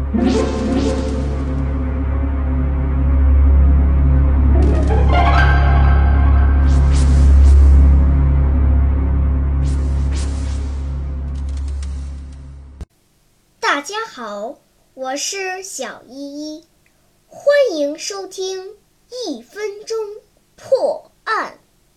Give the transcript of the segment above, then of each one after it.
大家好，我是小依依，欢迎收听1分钟破案。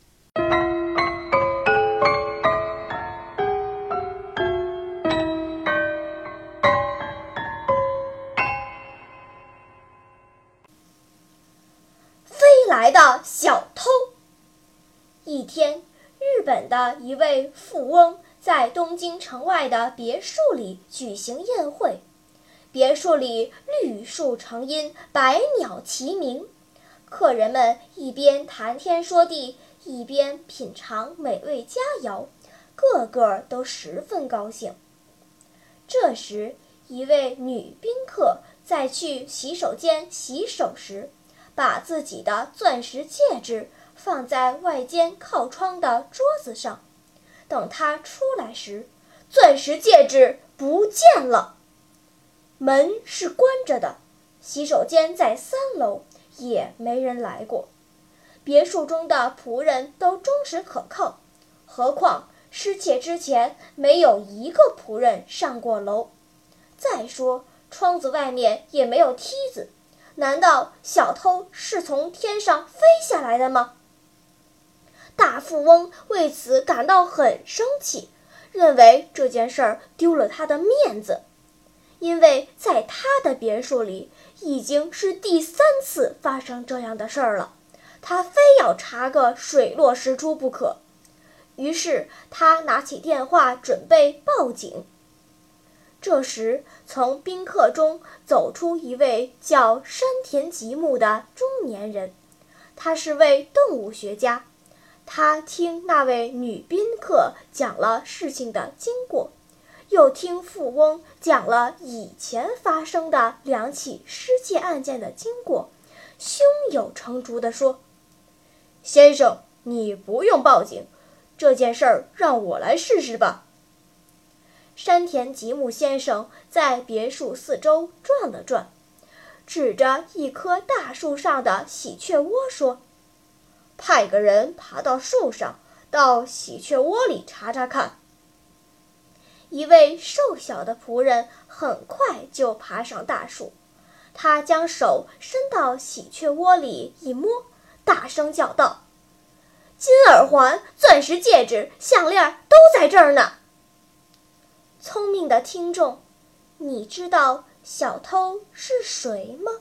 飞来的小偷。一天，日本的一位富翁在东京城外的别墅里举行宴会，别墅里绿树成荫，百鸟齐鸣，客人们一边谈天说地，一边品尝美味佳肴，个个都十分高兴。这时，一位女宾客在去洗手间洗手时，把自己的钻石戒指放在外间靠窗的桌子上，等她出来时，钻石戒指不见了。门是关着的，洗手间在3楼，也没人来过。别墅中的仆人都忠实可靠，何况失窃之前没有一个仆人上过楼。再说，窗子外面也没有梯子，难道小偷是从天上飞下来的吗？大富翁为此感到很生气，认为这件事儿丢了他的面子，因为在他的别墅里已经是第3次发生这样的事儿了，他非要查个水落石出不可。于是他拿起电话准备报警。这时，从宾客中走出一位叫山田吉木的中年人，他是位动物学家。他听那位女宾客讲了事情的经过，又听富翁讲了以前发生的2起失窃案件的经过，胸有成竹地说：“先生，你不用报警，这件事儿让我来试试吧。”山田吉木先生在别墅四周转了转，指着一棵大树上的喜鹊窝说：“派个人爬到树上，到喜鹊窝里查查看。”一位瘦小的仆人很快就爬上大树，他将手伸到喜鹊窝里一摸，大声叫道：“金耳环、钻石戒指、项链都在这儿呢！”聪明的听众，你知道小偷是谁吗？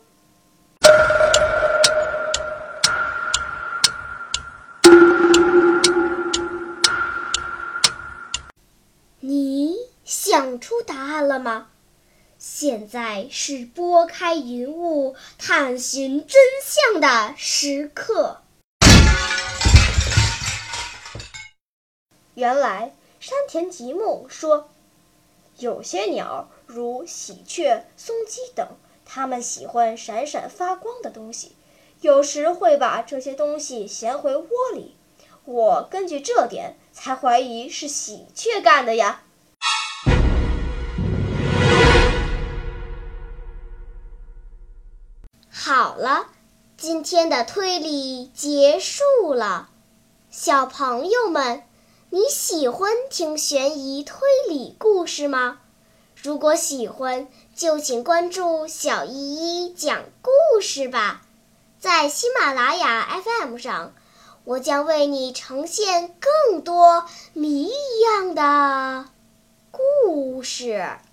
你想出答案了吗？现在是拨开云雾探寻真相的时刻。原来山田吉木说，有些鸟如喜鹊、松鸡等，它们喜欢闪闪发光的东西，有时会把这些东西衔回窝里。我根据这点才怀疑是喜鹊干的呀。好了，今天的推理结束了。小朋友们，你喜欢听悬疑推理故事吗？如果喜欢，就请关注小依依讲故事吧。在喜马拉雅 FM 上，我将为你呈现更多谜一样的故事。